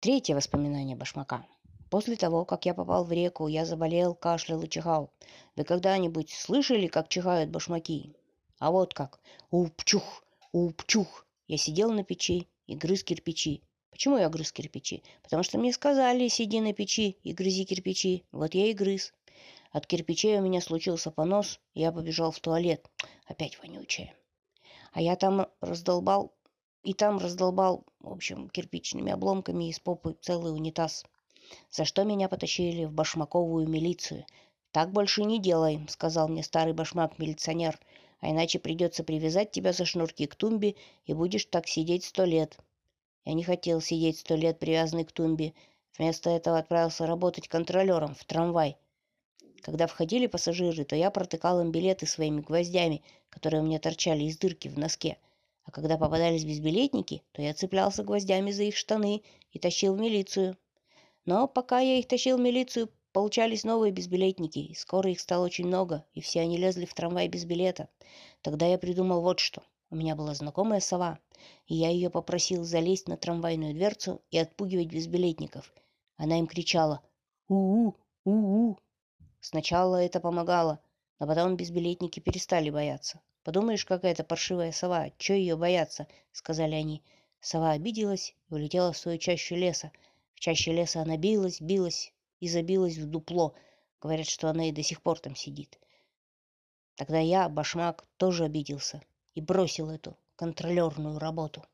Третье воспоминание башмака. После того, как я попал в реку, я заболел, кашлял и чихал. Вы когда-нибудь слышали, как чихают башмаки? А вот как. Упчух, упчух. Я сидел на печи и грыз кирпичи. Почему я грыз кирпичи? Потому что мне сказали, сиди на печи и грызи кирпичи. Вот я и грыз. От кирпичей у меня случился понос, и я побежал в туалет. Опять вонючее. А я там раздолбал, в общем, кирпичными обломками из попы целый унитаз. За что меня потащили в башмаковую милицию. «Так больше не делай», — сказал мне старый башмак-милиционер, «а иначе придется привязать тебя за шнурки к тумбе, и будешь так сидеть 100 лет». Я не хотел сидеть 100 лет привязанный к тумбе. Вместо этого отправился работать контролером в трамвай. Когда входили пассажиры, то я протыкал им билеты своими гвоздями, которые у меня торчали из дырки в носке. А когда попадались безбилетники, то я цеплялся гвоздями за их штаны и тащил в милицию. Но пока я их тащил в милицию, получались новые безбилетники, и скоро их стало очень много, и все они лезли в трамвай без билета. Тогда я придумал вот что. У меня была знакомая сова, и я ее попросил залезть на трамвайную дверцу и отпугивать безбилетников. Она им кричала «У-у! У-у!». Сначала это помогало, но потом безбилетники перестали бояться. «Подумаешь, какая-то паршивая сова, чё ее бояться?» — сказали они. Сова обиделась и улетела в свою чащу леса. В чаще леса она билась и забилась в дупло. Говорят, что она и до сих пор там сидит. Тогда я, башмак, тоже обиделся и бросил эту контролерную работу.